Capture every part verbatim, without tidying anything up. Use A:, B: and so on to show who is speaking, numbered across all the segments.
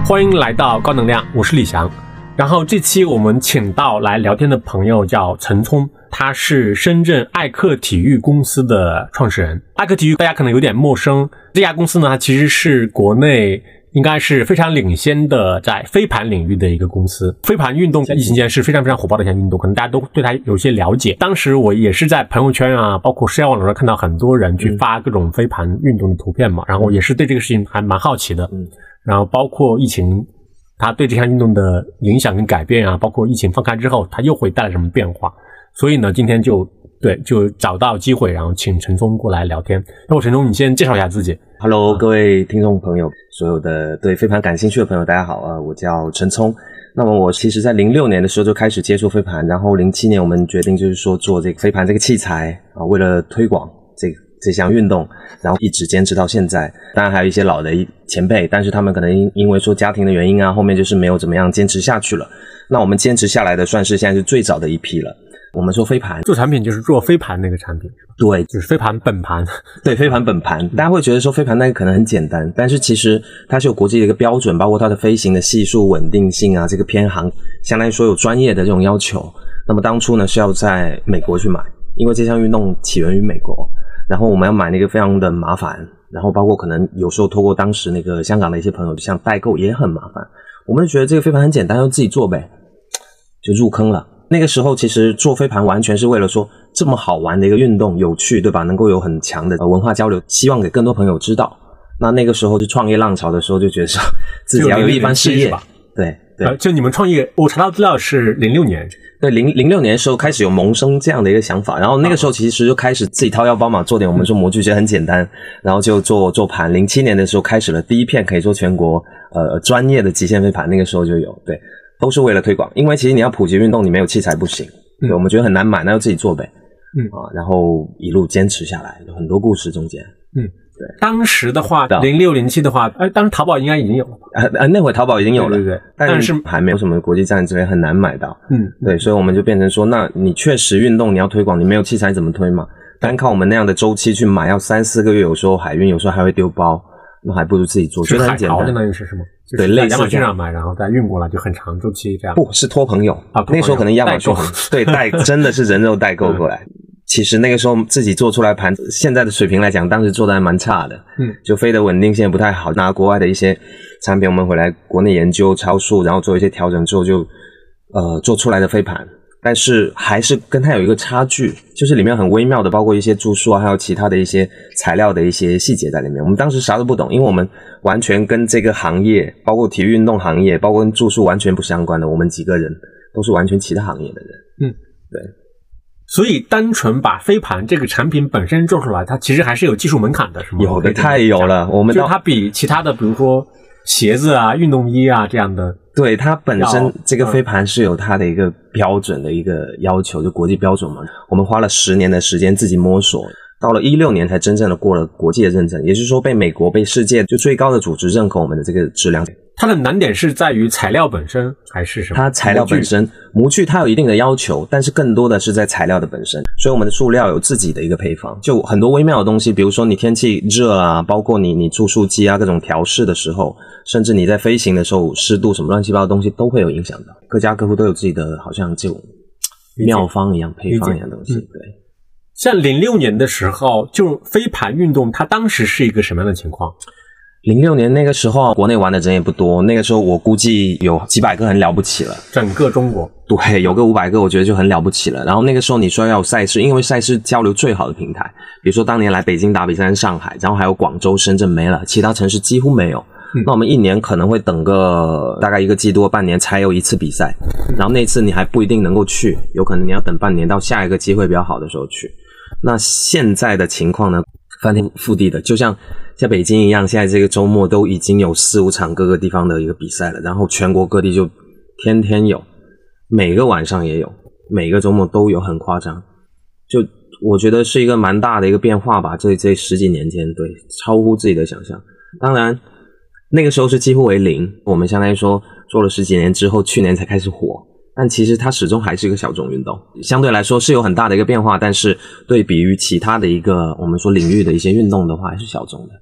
A: 欢迎来到高能量，我是李翔。然后这期我们请到来聊天的朋友叫陈聪，他是深圳艾克体育公司的创始人。艾克体育大家可能有点陌生，这家公司呢，它其实是国内应该是非常领先的在飞盘领域的一个公司。飞盘运动在疫情间是非常非常火爆的一项运动，可能大家都对它有些了解。当时我也是在朋友圈啊，包括社交网络上看到很多人去发各种飞盘运动的图片嘛，然后也是对这个事情还蛮好奇的。嗯，然后包括疫情它对这项运动的影响跟改变啊，包括疫情放开之后它又会带来什么变化。所以呢今天就对就找到机会，然后请陈聪过来聊天。那我陈聪你先介绍一下自己。
B: Hello 各位听众朋友，所有的对飞盘感兴趣的朋友大家好啊，我叫陈聪。那么我其实在零六年的时候就开始接触飞盘，然后零七年我们决定就是说做这个飞盘这个器材啊，为了推广这个这项运动，然后一直坚持到现在。当然还有一些老的前辈，但是他们可能因为说家庭的原因啊，后面就是没有怎么样坚持下去了。那我们坚持下来的算是现在是最早的一批了。我们说飞盘
A: 做产品就是做飞盘那个产品，
B: 对，
A: 就是飞盘本盘，
B: 对，飞盘本盘。大家会觉得说飞盘那个可能很简单，但是其实它是有国际的一个标准，包括它的飞行的系数、稳定性啊，这个偏航，相当于说有专业的这种要求。那么当初呢是要在美国去买，因为这项运动起源于美国，然后我们要买那个非常的麻烦，然后包括可能有时候透过当时那个香港的一些朋友像代购也很麻烦。我们就觉得这个飞盘很简单，就自己做呗，就入坑了。那个时候其实做飞盘完全是为了说这么好玩的一个运动，有趣，对吧？能够有很强的文化交流，希望给更多朋友知道。那那个时候是创业浪潮的时候，就觉得说自己要有一番事业。对对、
A: 呃，就你们创业，我查到资料是零六年。
B: 对，零零六年的时候开始有萌生这样的一个想法，然后那个时候其实就开始自己掏腰包嘛，做点我们说模具觉得很简单，然后就做做盘。零七年的时候开始了第一片可以说全国呃专业的极限飞盘，那个时候就有，对。都是为了推广，因为其实你要普及运动，你没有器材不行。对、嗯，我们觉得很难买，那就自己做呗。嗯啊，然后一路坚持下来，有很多故事中间。
A: 嗯，对。当时的话，零六零七的话，哎，当时淘宝应该已经有了。
B: 呃呃，那会淘宝已经有了，
A: 对对对，
B: 但是还没有什么国际站这边很难买到。
A: 嗯，
B: 对，所以我们就变成说，那你确实运动你要推广，你没有器材怎么推嘛？单靠我们那样的周期去买，要三四个月，有时候海运，有时候还会丢包。那还不如自己做，觉得很简单。
A: 海淘的那个是什么？
B: 对，类似
A: 亚马逊上买，然后再运过来，就很长周期这样。
B: 不是托朋友啊，那个时候可能亚马逊对代真的是人肉代购过来。嗯、其实那个时候自己做出来盘，现在的水平来讲，当时做的还蛮差的。嗯，就飞的稳定性也不太好，拿国外的一些产品我们回来国内研究超速，然后做一些调整之后就呃做出来的飞盘。但是还是跟它有一个差距，就是里面很微妙的，包括一些注数啊，还有其他的一些材料的一些细节在里面。我们当时啥都不懂，因为我们完全跟这个行业，包括体育运动行业，包括跟注数完全不相关的。我们几个人都是完全其他行业的人。
A: 嗯，
B: 对。
A: 所以单纯把飞盘这个产品本身做出来，它其实还是有技术门槛的，是吗？
B: 有的太有了，我们
A: 就它比其他的，比如说鞋子啊、运动衣啊这样的。
B: 对，它本身这个飞盘是有它的一个标准的一个要求，就国际标准嘛。我们花了十年的时间自己摸索，到了一六年才真正的过了国际的认证，也就是说被美国、被世界就最高的组织认可我们的这个质量。
A: 它的难点是在于材料本身还是什么？
B: 它材料本身，模具它有一定的要求，但是更多的是在材料的本身。所以我们的塑料有自己的一个配方，就很多微妙的东西，比如说你天气热啊，包括你你注数机啊各种调试的时候，甚至你在飞行的时候湿度什么乱七八糟的东西都会有影响的。各家各户都有自己的好像这种妙方一样、配方一样的东西。
A: 嗯、
B: 对。
A: 像零六年的时候，就飞盘运动，它当时是一个什么样的情况？
B: 零六年那个时候，国内玩的人也不多，那个时候我估计有几百个很了不起了。
A: 整个中国？
B: 对，有个五百个，我觉得就很了不起了。然后那个时候你说要有赛事，因为赛事交流最好的平台，比如说当年来北京打比赛是上海，然后还有广州、深圳没了，其他城市几乎没有。嗯、那我们一年可能会等个大概一个季度、半年才有一次比赛，然后那次你还不一定能够去，有可能你要等半年到下一个机会比较好的时候去。那现在的情况呢，翻天覆地的，就像像北京一样，现在这个周末都已经有四五场各个地方的一个比赛了，然后全国各地就天天有，每个晚上也有，每个周末都有，很夸张。就我觉得是一个蛮大的一个变化吧，这这十几年间，对，超乎自己的想象。当然那个时候是几乎为零，我们相当于说做了十几年之后，去年才开始火，但其实它始终还是一个小众运动，相对来说是有很大的一个变化，但是对比于其他的一个我们说领域的一些运动的话，还是小众的。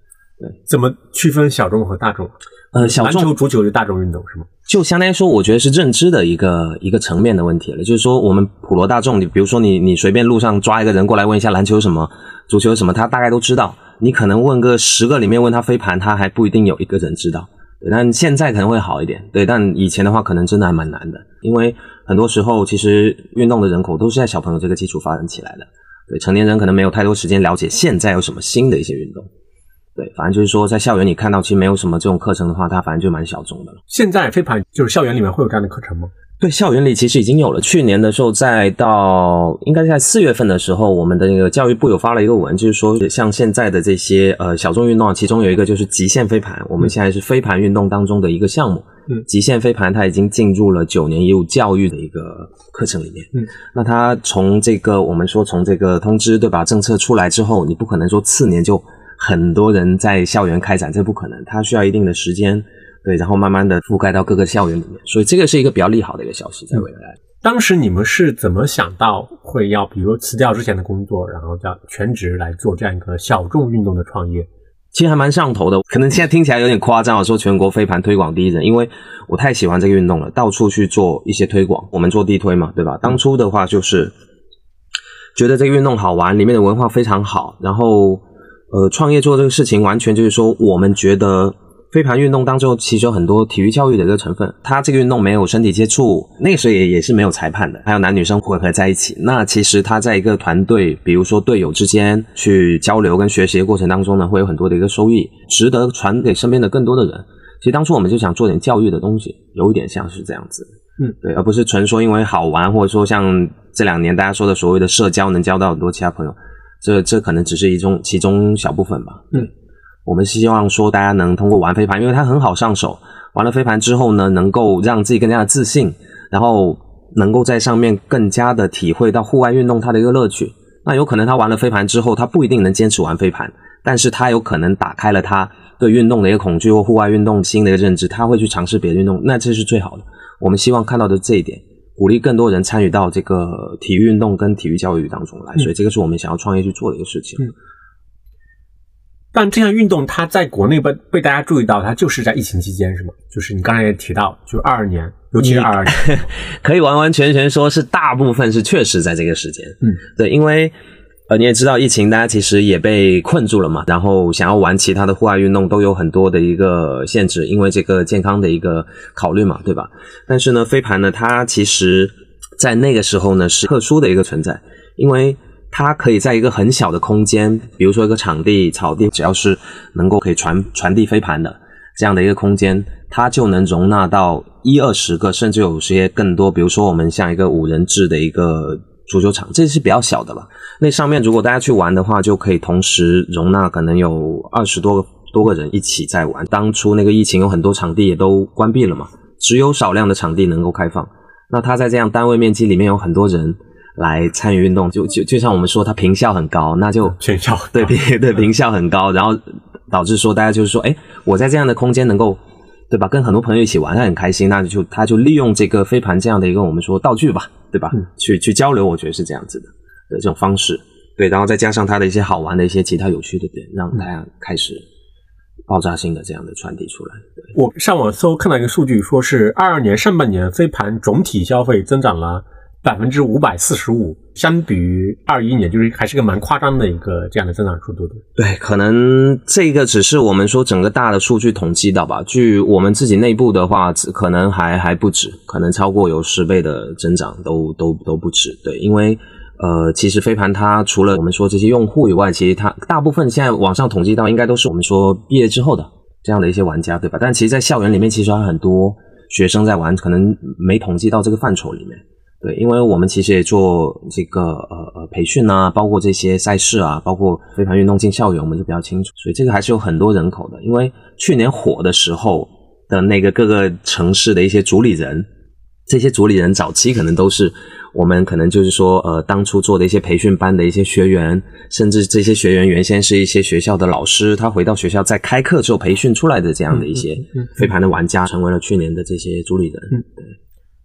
B: 对，
A: 怎么区分小众和大众？
B: 呃，小众
A: 篮球、足球就大众运动是吗？
B: 就相当于说，我觉得是认知的一个一个层面的问题了。就是说，我们普罗大众，你比如说你你随便路上抓一个人过来问一下篮球什么，足球什么，他大概都知道。你可能问个十个里面问他飞盘，他还不一定有一个人知道。对，但现在可能会好一点，对，但以前的话可能真的还蛮难的，因为很多时候其实运动的人口都是在小朋友这个基础发展起来的。对，成年人可能没有太多时间了解现在有什么新的一些运动。对，反正就是说在校园里看到其实没有什么这种课程的话，它反正就蛮小众的了。
A: 现在飞盘就是校园里面会有这样的课程吗？
B: 对，校园里其实已经有了。去年的时候，再到应该在四月份的时候，我们的那个教育部有发了一个文，就是说像现在的这些呃小众运动，其中有一个就是极限飞盘，我们现在是飞盘运动当中的一个项目。嗯，极限飞盘它已经进入了九年义务教育的一个课程里面。嗯，那它从这个我们说从这个通知对吧，政策出来之后，你不可能说次年就很多人在校园开展，这不可能，它需要一定的时间。对，然后慢慢的覆盖到各个校园里面，所以这个是一个比较利好的一个消息在未来。嗯，
A: 当时你们是怎么想到会要比如辞掉之前的工作，然后叫全职来做这样一个小众运动的创业？
B: 其实还蛮上头的，可能现在听起来有点夸张，我说全国飞盘推广第一人，因为我太喜欢这个运动了，到处去做一些推广，我们做地推嘛，对吧？当初的话就是觉得这个运动好玩，里面的文化非常好，然后呃，创业做这个事情完全就是说我们觉得飞盘运动当中其实有很多体育教育的一个成分，它这个运动没有身体接触，那个时候也也是没有裁判的，还有男女生混合在一起，那其实它在一个团队比如说队友之间去交流跟学习的过程当中呢，会有很多的一个收益，值得传给身边的更多的人。其实当初我们就想做点教育的东西，有一点像是这样子。嗯，对，而不是纯说因为好玩，或者说像这两年大家说的所谓的社交能交到很多其他朋友，这这可能只是一种其中小部分吧。嗯，我们希望说大家能通过玩飞盘，因为它很好上手，玩了飞盘之后呢，能够让自己更加的自信，然后能够在上面更加的体会到户外运动它的一个乐趣。那有可能他玩了飞盘之后，他不一定能坚持玩飞盘，但是他有可能打开了他对运动的一个恐惧或户外运动新的一个认知，他会去尝试别的运动，那这是最好的。我们希望看到的这一点，鼓励更多人参与到这个体育运动跟体育教育当中来，所以这个是我们想要创业去做的一个事情。嗯，
A: 但这项运动它在国内被被大家注意到，它就是在疫情期间是吗？就是你刚才也提到，就是二二年，尤其是二二年，
B: 可以完完全全说是大部分是确实在这个时间。嗯，对，因为呃你也知道疫情，大家其实也被困住了嘛，然后想要玩其他的户外运动都有很多的一个限制，因为这个健康的一个考虑嘛，对吧？但是呢，飞盘呢，它其实在那个时候呢是特殊的一个存在，因为它可以在一个很小的空间，比如说一个场地、草地，只要是能够可以传传递飞盘的这样的一个空间，它就能容纳到一二十个，甚至有些更多。比如说我们像一个五人制的一个足球场，这是比较小的了。那上面如果大家去玩的话，就可以同时容纳可能有二十多个多个人一起在玩。当初那个疫情有很多场地也都关闭了嘛，只有少量的场地能够开放。那它在这样单位面积里面有很多人来参与运动，就就就像我们说它坪效很高，那就
A: 坪效
B: 对对坪效很高，然后导致说大家就是说，诶，我在这样的空间能够对吧，跟很多朋友一起玩，他很开心，那就他就利用这个飞盘这样的一个我们说道具吧，对吧？嗯、去去交流，我觉得是这样子的的这种方式，对，然后再加上它的一些好玩的一些其他有趣的点，让大家开始爆炸性的这样的传递出来。对，
A: 我上网搜看到一个数据，说是二二年上半年飞盘总体消费增长了百分之五百四十五，相比于二一年，就是还是个蛮夸张的一个这样的增长速度的。
B: 对，可能这个只是我们说整个大的数据统计到吧，据我们自己内部的话，可能还还不止，可能超过有十倍的增长都都都不止。对，因为呃，其实飞盘它除了我们说这些用户以外，其实它大部分现在网上统计到应该都是我们说毕业之后的这样的一些玩家，对吧？但其实在校园里面其实还有很多学生在玩，可能没统计到这个范畴里面。对，因为我们其实也做这个呃呃培训啊，包括这些赛事啊，包括飞盘运动进校园，我们就比较清楚，所以这个还是有很多人口的。因为去年火的时候的那个各个城市的一些主理人，这些主理人早期可能都是我们可能就是说呃当初做的一些培训班的一些学员，甚至这些学员原先是一些学校的老师，他回到学校在开课之后培训出来的这样的一些飞盘的玩家，成为了去年的这些主理人。嗯，对。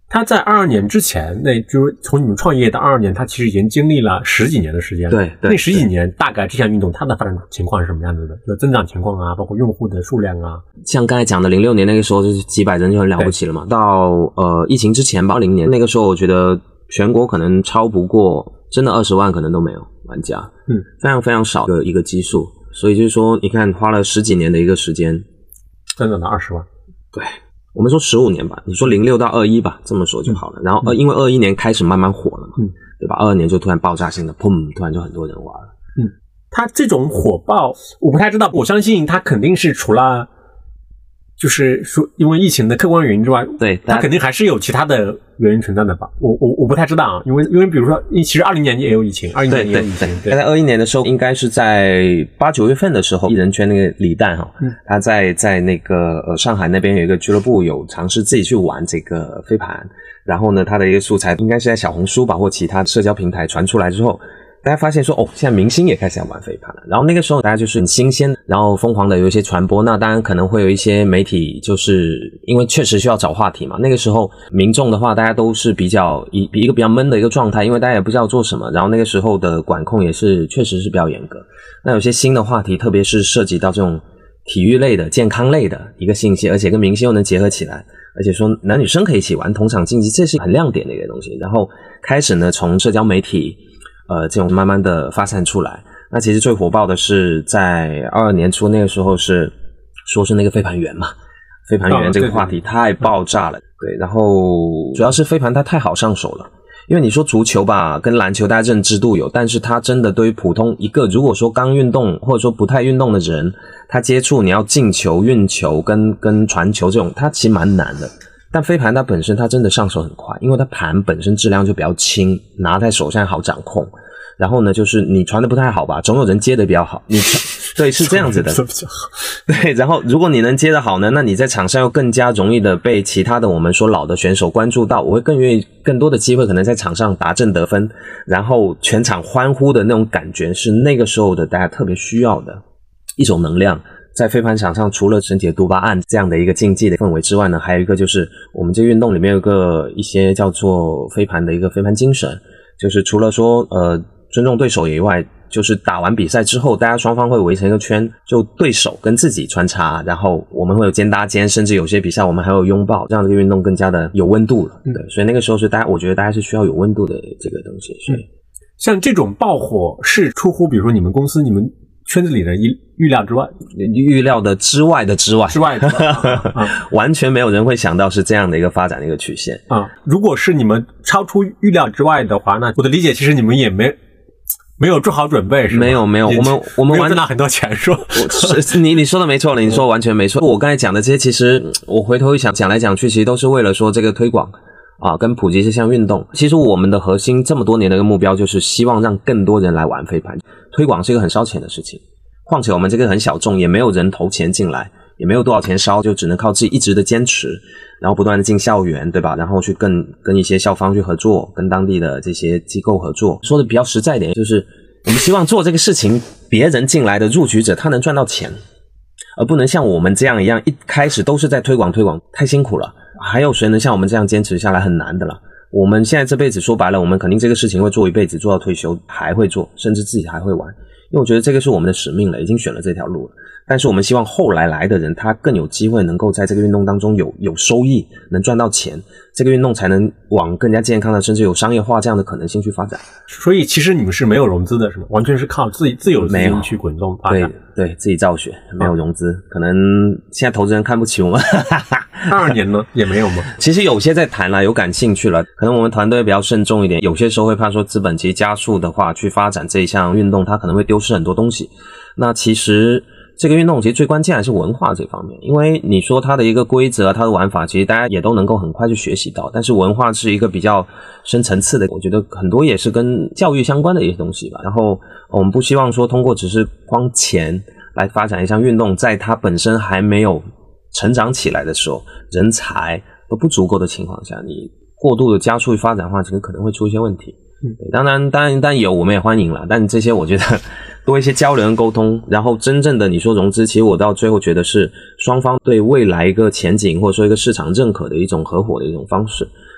A: 他在二二年之前，那就是从你们创业到二二年，他其实已经经历了十几年的时间了。
B: 对对，
A: 那十几年大概这项运动它的发展情况是什么样子的？就增长情况啊，包括用户的数量啊。
B: 像刚才讲的零六年那个时候就是几百人就很了不起了嘛。到呃疫情之前吧，二零年那个时候，我觉得全国可能超不过真的二十万可能都没有玩家，
A: 嗯，
B: 非常非常少的一个基数。所以就是说，你看花了十几年的一个时间，
A: 增长到二十万，
B: 对。我们说十五年吧，你说零六到二一吧，这么说就好了。嗯、然后呃，因为二一年开始慢慢火了嘛，嗯，对吧？二二年就突然爆炸性的，砰，突然就很多人玩了。
A: 嗯，它这种火爆，我不太知道，我相信它肯定是除了就是说因为疫情的客观原因之外，
B: 对，
A: 它肯定还是有其他的原因存在的吧？我我我不太知道啊，因为因为比如说，其实二零年也有疫情，二一年也有疫情。
B: 对，在二一年的时候，应该是在八九月份的时候，艺人圈那个李诞哈，嗯、他在在那个呃上海那边有一个俱乐部，有尝试自己去玩这个飞盘，然后呢，他的一个素材应该是在小红书吧或其他社交平台传出来之后。大家发现说哦，现在明星也开始要玩飞盘了。然后那个时候大家就是很新鲜，然后疯狂的有一些传播。那当然可能会有一些媒体，就是因为确实需要找话题嘛。那个时候民众的话，大家都是比较一一个比较闷的一个状态，因为大家也不知道做什么。然后那个时候的管控也是确实是比较严格。那有些新的话题，特别是涉及到这种体育类的、健康类的一个信息，而且跟明星又能结合起来，而且说男女生可以一起玩同场竞技，这是很亮点的一个东西。然后开始呢，从社交媒体。呃，这种慢慢的发散出来。那其实最火爆的是在二二年初那个时候是说是那个飞盘员嘛，飞盘员这个话题太爆炸了。哦、对, 对, 对，然后主要是飞盘它太好上手了。因为你说足球吧，跟篮球大家认知度有，但是它真的对于普通一个如果说刚运动或者说不太运动的人，他接触你要进球、运球跟跟传球这种，它其实蛮难的。但飞盘它本身它真的上手很快，因为它盘本身质量就比较轻，拿在手上好掌控。然后呢，就是你传的不太好吧，总有人接的比较好。你对是这样子的，对。然后如果你能接得好呢，那你在场上又更加容易的被其他的我们说老的选手关注到，我会更愿意更多的机会可能在场上达阵得分，然后全场欢呼的那种感觉是那个时候的大家特别需要的一种能量。在飞盘场上，除了身体的多巴胺这样的一个竞技的氛围之外呢，还有一个就是我们这个运动里面有个一些叫做飞盘的一个飞盘精神，就是除了说呃尊重对手以外，就是打完比赛之后，大家双方会围成一个圈，就对手跟自己穿插，然后我们会有肩搭肩，甚至有些比赛我们还有拥抱，这样的一个运动更加的有温度了。对，所以那个时候是大家，我觉得大家是需要有温度的这个东西。所以、嗯、
A: 像这种爆火是出乎比如说你们公司、你们圈子里的预预料之外，
B: 预料的之外的之外
A: 之外的、啊，
B: 完全没有人会想到是这样的一个发展的一个曲线
A: 啊！如果是你们超出预料之外的话，那我的理解其实你们也没没有做好准备，是吧？
B: 没有没有，我们我们
A: 玩拿很多钱说，
B: 是你你说的没错了，你说完全没错。我刚才讲的这些，其实我回头一想，讲来讲去，其实都是为了说这个推广。啊，跟普及这项运动，其实我们的核心这么多年的一个目标就是希望让更多人来玩飞盘。推广是一个很烧钱的事情，况且我们这个很小众，也没有人投钱进来，也没有多少钱烧，就只能靠自己一直的坚持，然后不断的进校园，对吧？然后去跟跟一些校方去合作，跟当地的这些机构合作。说的比较实在一点，就是我们希望做这个事情，别人进来的入局者他能赚到钱，而不能像我们这样一样，一开始都是在推广推广，太辛苦了。还有谁能像我们这样坚持下来？很难的了。我们现在这辈子说白了，我们肯定这个事情会做一辈子，做到退休还会做，甚至自己还会玩，因为我觉得这个是我们的使命了，已经选了这条路了。但是我们希望后来来的人，他更有机会能够在这个运动当中有有收益，能赚到钱，这个运动才能往更加健康的，甚至有商业化这样的可能性去发展。
A: 所以其实你们是没有融资的，是吗？完全是靠自己自有资金去滚动发展。
B: 对对，自己造血，没有融资，啊、可能现在投资人看不起我们。
A: 二二年呢也没有吗？
B: 其实有些在谈了，有感兴趣了，可能我们团队比较慎重一点，有些时候会怕说资本其实加速的话去发展这一项运动，它可能会丢失很多东西。那其实这个运动其实最关键还是文化这方面，因为你说它的一个规则，它的玩法，其实大家也都能够很快去学习到，但是文化是一个比较深层次的，我觉得很多也是跟教育相关的一些东西吧。然后我们不希望说通过只是光钱来发展一项运动，在它本身还没有成长起来的时候，人才都不足够的情况下，你过度的加速发展的话，其实可能会出一些问题。嗯，当然，当然，当然有，我们也欢迎啦。但这些我觉得多一些交流跟沟通，然后真正的你说融资，其实我到最后觉得是双方对未来一个前景或者说一个市场认可的一种合伙的一种方式，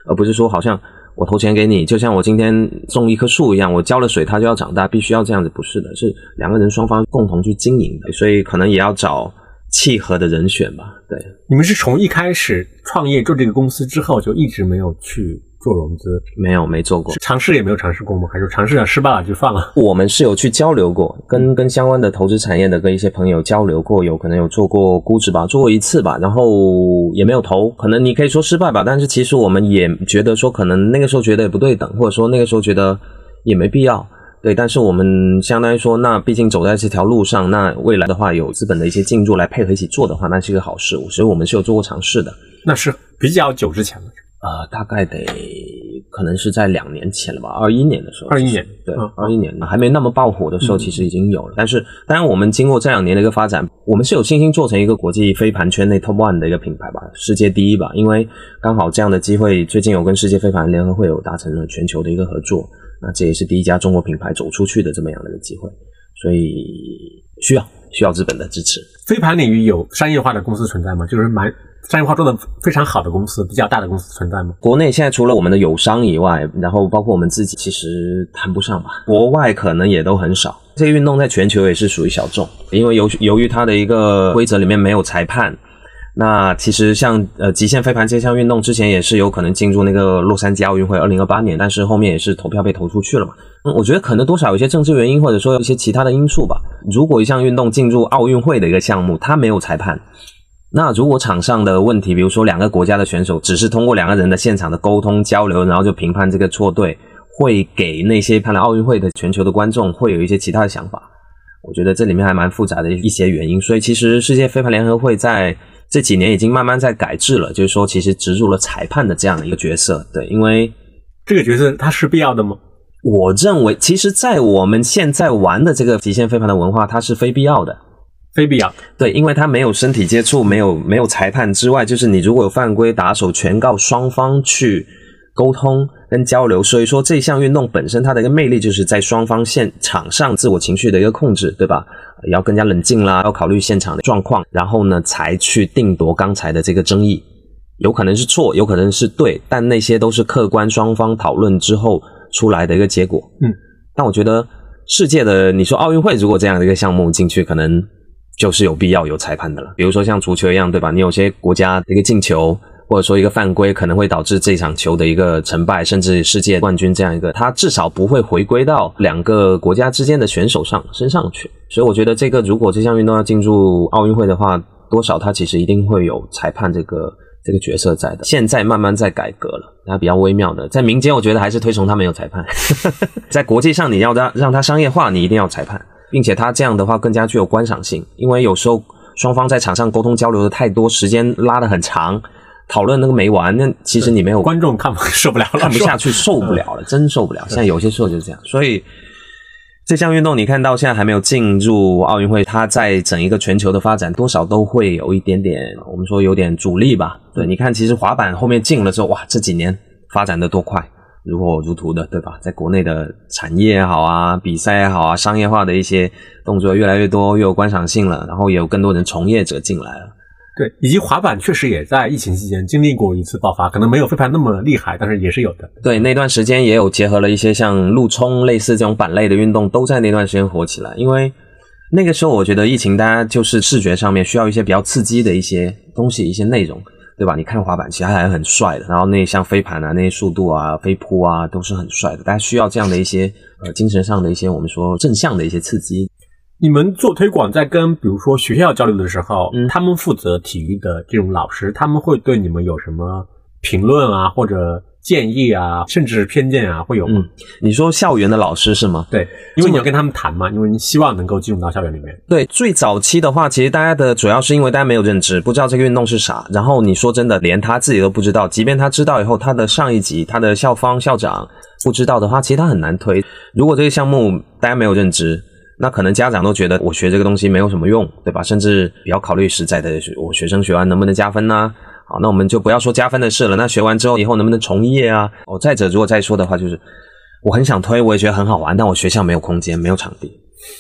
B: 而不是说好像我投钱给你，就像我今天种一棵树一样，我浇了水它就要长大，必须要这样子，不是的，是两个人双方共同去经营的，所以可能也要找契合的人选吧。对，
A: 你们是从一开始创业做这个公司之后就一直没有去做融资？
B: 没有，没做过。
A: 尝试也没有尝试过吗？还是尝试了失败了就算了？
B: 我们是有去交流过，跟跟相关的投资产业的跟一些朋友交流过，有可能有做过估值吧，做过一次吧，然后也没有投，可能你可以说失败吧，但是其实我们也觉得说可能那个时候觉得也不对等，或者说那个时候觉得也没必要。对，但是我们相当于说，那毕竟走在这条路上，那未来的话有资本的一些进驻来配合一起做的话，那是一个好事，所以我们是有做过尝试的。
A: 那是比较久之前了。
B: 呃，大概得可能是在两年前了吧，二一年的时候。
A: 二一年，
B: 对，二一、嗯、年还没那么爆火的时候，其实已经有了。嗯、但是，当然我们经过这两年的一个发展，我们是有信心做成一个国际飞盘圈内 top one 的一个品牌吧，世界第一吧。因为刚好这样的机会，最近有跟世界飞盘联合会有达成了全球的一个合作，那这也是第一家中国品牌走出去的这么样的一个机会，所以需要需要资本的支持。
A: 飞盘领域有商业化的公司存在吗？就是蛮。商业化做的非常好的公司，比较大的公司存在吗？
B: 国内现在除了我们的友商以外，然后包括我们自己，其实谈不上吧。国外可能也都很少。这个运动在全球也是属于小众，因为由由于它的一个规则里面没有裁判。那其实像呃极限飞盘这项运动之前也是有可能进入那个洛杉矶奥运会二零二八年，但是后面也是投票被投出去了嘛。嗯，我觉得可能多少有一些政治原因，或者说有一些其他的因素吧。如果一项运动进入奥运会的一个项目，它没有裁判。那如果场上的问题，比如说两个国家的选手只是通过两个人的现场的沟通交流，然后就评判这个错对，会给那些看了奥运会的全球的观众会有一些其他的想法。我觉得这里面还蛮复杂的一些原因，所以其实世界飞盘联合会在这几年已经慢慢在改制了，就是说其实植入了裁判的这样的一个角色。对，因为
A: 这个角色它是必要的吗？
B: 我认为其实在我们现在玩的这个极限飞盘的文化，它是非必要的。
A: 非必要，
B: 对，因为它没有身体接触，没有没有裁判之外，就是你如果有犯规，打手全靠双方去沟通跟交流。所以说这项运动本身它的一个魅力就是在双方现场上自我情绪的一个控制，对吧？也要更加冷静啦，要考虑现场的状况，然后呢才去定夺刚才的这个争议。有可能是错，有可能是对，但那些都是客观双方讨论之后出来的一个结果。嗯，但我觉得世界的你说奥运会如果这样的一个项目进去，可能就是有必要有裁判的了。比如说像足球一样，对吧？你有些国家的一个进球或者说一个犯规可能会导致这场球的一个成败，甚至世界冠军这样一个，它至少不会回归到两个国家之间的选手上身上去。所以我觉得这个如果这项运动要进入奥运会的话，多少它其实一定会有裁判这个这个角色在的。现在慢慢在改革了，它比较微妙的。在民间我觉得还是推崇它没有裁判在国际上你要让让它商业化，你一定要裁判，并且它这样的话更加具有观赏性，因为有时候双方在场上沟通交流的太多，时间拉得很长，讨论那个没完，那其实你没有
A: 观众看不受不了了，
B: 看不下去，受不了了，真受不了。现在有些时候就是这样，所以这项运动你看到现在还没有进入奥运会，它在整一个全球的发展多少都会有一点点，我们说有点阻力吧。对，你看其实滑板后面进了之后，哇，这几年发展的多快，如火如荼的，对吧？在国内的产业也好啊，比赛也好啊，商业化的一些动作越来越多，越有观赏性了，然后也有更多人从业者进来了。
A: 对，以及滑板确实也在疫情期间经历过一次爆发，可能没有飞盘那么厉害，但是也是有的。
B: 对，那段时间也有结合了一些像路冲类似这种板类的运动，都在那段时间火起来。因为那个时候我觉得疫情大家就是视觉上面需要一些比较刺激的一些东西，一些内容，对吧？你看滑板其实还很帅的，然后那像飞盘啊，那些速度啊，飞扑啊都是很帅的，大家需要这样的一些呃精神上的一些我们说正向的一些刺激。
A: 你们做推广在跟比如说学校交流的时候，嗯，他们负责体育的这种老师，他们会对你们有什么评论啊，或者建议啊，甚至偏见啊，会有吗？
B: 嗯，你说校园的老师是吗？
A: 对，因为你要跟他们谈嘛，因为你希望能够进入到校园里面。
B: 对，最早期的话，其实大家的主要是因为大家没有认知，不知道这个运动是啥，然后你说真的连他自己都不知道，即便他知道以后，他的上一级他的校方校长不知道的话，其实他很难推。如果这个项目大家没有认知，那可能家长都觉得我学这个东西没有什么用，对吧？甚至比较考虑实在的，我学生学完能不能加分呢？好，那我们就不要说加分的事了，那学完之后以后能不能从业啊？哦，再者如果再说的话，就是我很想推，我也觉得很好玩，但我学校没有空间，没有场地。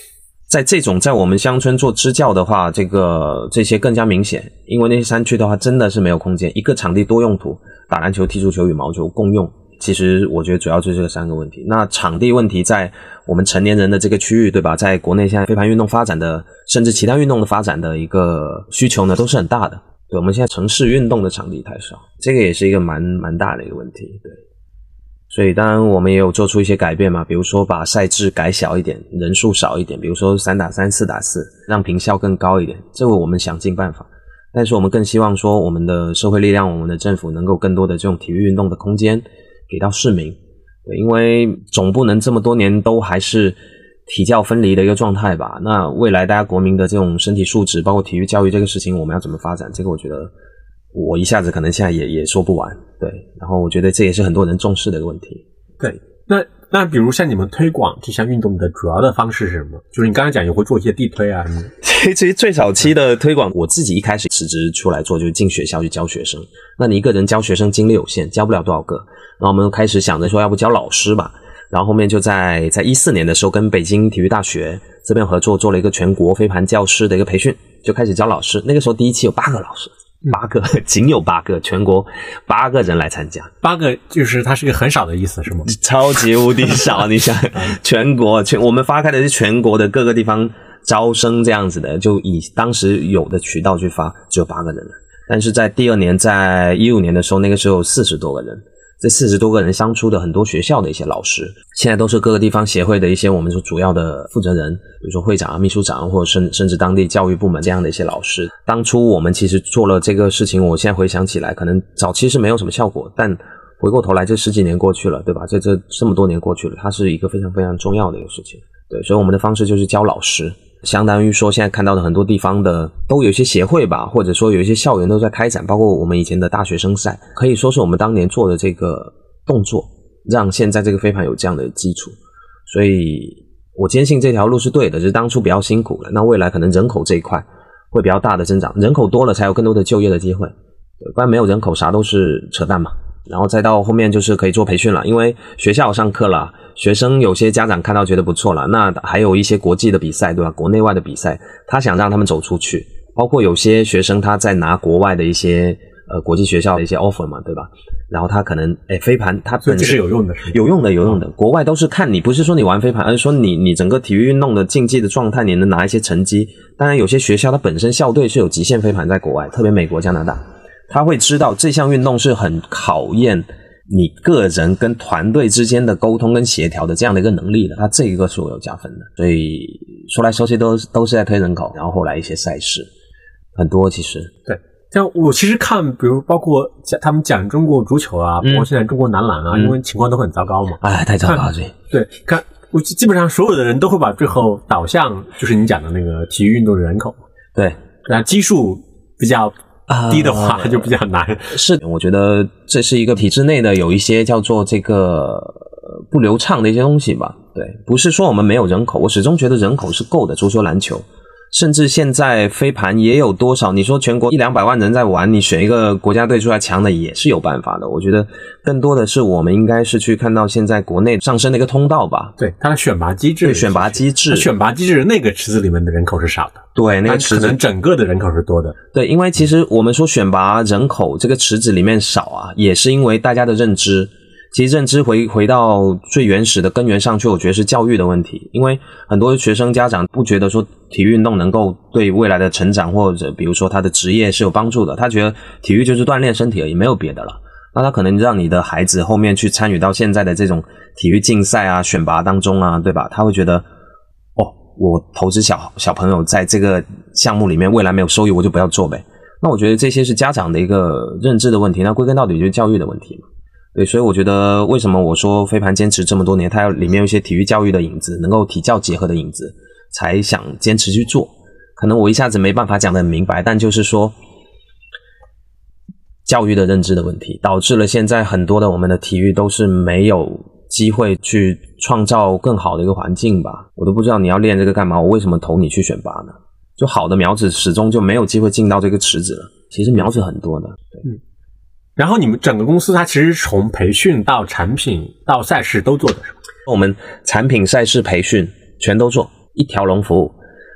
B: 在这种在我们乡村做支教的话，这个这些更加明显，因为那些山区的话真的是没有空间，一个场地多用途，打篮球、踢足球、羽毛球共用。其实我觉得主要就是这三个问题。那场地问题在我们成年人的这个区域，对吧？在国内现在飞盘运动发展的，甚至其他运动的发展的一个需求呢，都是很大的。对，我们现在城市运动的场地太少，这个也是一个蛮蛮大的一个问题。对。所以当然我们也有做出一些改变嘛，比如说把赛制改小一点，人数少一点，比如说三打三、四打四，让评效更高一点，这个我们想尽办法。但是我们更希望说我们的社会力量，我们的政府能够更多的这种体育运动的空间给到市民。对，因为总不能这么多年都还是体教分离的一个状态吧。那未来大家国民的这种身体素质，包括体育教育这个事情，我们要怎么发展，这个我觉得我一下子可能现在也也说不完。对，然后我觉得这也是很多人重视的一个问题。
A: 对，那那比如像你们推广这项运动的主要的方式是什么？就是你刚才讲也会做一些地推啊什么。
B: 其实最早期的推广，我自己一开始辞职出来做，就是进学校去教学生。那你一个人教学生精力有限，教不了多少个。然后我们开始想着说，要不教老师吧。然后后面就在在一四年的时候，跟北京体育大学这边合作，做了一个全国飞盘教师的一个培训，就开始教老师。那个时候第一期有八个老师。八个，仅有八个，全国八个人来参加。
A: 八个就是它是个很少的意思，是吗？
B: 超级无敌少，你想，全国全我们发开的是全国的各个地方招生这样子的，就以当时有的渠道去发，只有八个人了。但是在第二年，在一五年的时候，那个时候有四十多个人。这四十多个人当初的很多学校的一些老师，现在都是各个地方协会的一些我们说主要的负责人，比如说会长、秘书长，或者甚甚至当地教育部门这样的一些老师。当初我们其实做了这个事情，我现在回想起来，可能早期是没有什么效果，但回过头来这十几年过去了，对吧？这这这么多年过去了，它是一个非常非常重要的一个事情。对，所以我们的方式就是教老师。相当于说现在看到的很多地方的都有一些协会吧，或者说有一些校园都在开展，包括我们以前的大学生赛，可以说是我们当年做的这个动作，让现在这个飞盘有这样的基础。所以我坚信这条路是对的，只是当初比较辛苦了，那未来可能人口这一块会比较大的增长，人口多了才有更多的就业的机会，对，不然没有人口啥都是扯淡嘛。然后再到后面就是可以做培训了，因为学校上课了，学生有些家长看到觉得不错了，那还有一些国际的比赛，对吧？国内外的比赛，他想让他们走出去，包括有些学生他在拿国外的一些呃国际学校的一些 offer 嘛，对吧？然后他可能诶飞盘他本身
A: 是有用的，
B: 有用的有用的，国外都是看你，不是说你玩飞盘，而是说你你整个体育运动的竞技的状态，你能拿一些成绩。当然有些学校它本身校队是有极限飞盘在国外，特别美国、加拿大。他会知道这项运动是很考验你个人跟团队之间的沟通跟协调的这样的一个能力的，他这一个是有加分的。所以说来说去都都是在推人口，然后后来一些赛事很多其实。
A: 对，像我其实看比如包括讲他们讲中国足球啊，包括现在中国男篮啊、嗯、因为情况都很糟糕嘛。
B: 哎，太糟糕了。
A: 对，看我基本上所有的人都会把最后导向就是你讲的那个体育运动的人口。
B: 对，
A: 然后基数比较低的话就比较难、呃、
B: 是，我觉得这是一个体制内的有一些叫做这个不流畅的一些东西吧。对，不是说我们没有人口，我始终觉得人口是够的，足球篮球甚至现在飞盘也有多少，你说全国一两百万人在玩，你选一个国家队出来强的也是有办法的。我觉得更多的是我们应该是去看到现在国内上升的一个通道吧。
A: 对，它的选拔机制，
B: 对，选拔机制，
A: 选拔机制那个池子里面的人口是少的，
B: 对，那个池子
A: 可能整个的人口是多的。
B: 对，因为其实我们说选拔人口这个池子里面少啊，也是因为大家的认知。其实认知回回到最原始的根源上去，我觉得是教育的问题。因为很多学生家长不觉得说体育运动能够对未来的成长或者比如说他的职业是有帮助的，他觉得体育就是锻炼身体而已，没有别的了。那他可能让你的孩子后面去参与到现在的这种体育竞赛啊、选拔当中啊，对吧？他会觉得哦，我投资小小朋友在这个项目里面未来没有收益，我就不要做呗。那我觉得这些是家长的一个认知的问题，那归根到底就是教育的问题嘛。对，所以我觉得为什么我说飞盘坚持这么多年，它有里面有一些体育教育的影子，能够体教结合的影子，才想坚持去做。可能我一下子没办法讲得很明白，但就是说教育的认知的问题，导致了现在很多的我们的体育都是没有机会去创造更好的一个环境吧。我都不知道你要练这个干嘛，我为什么投你去选拔呢？就好的苗子始终就没有机会进到这个池子了。其实苗子很多的，对。
A: 嗯，然后你们整个公司它其实从培训到产品到赛事都做的是吗？
B: 我们产品、赛事、培训全都做，一条龙服务。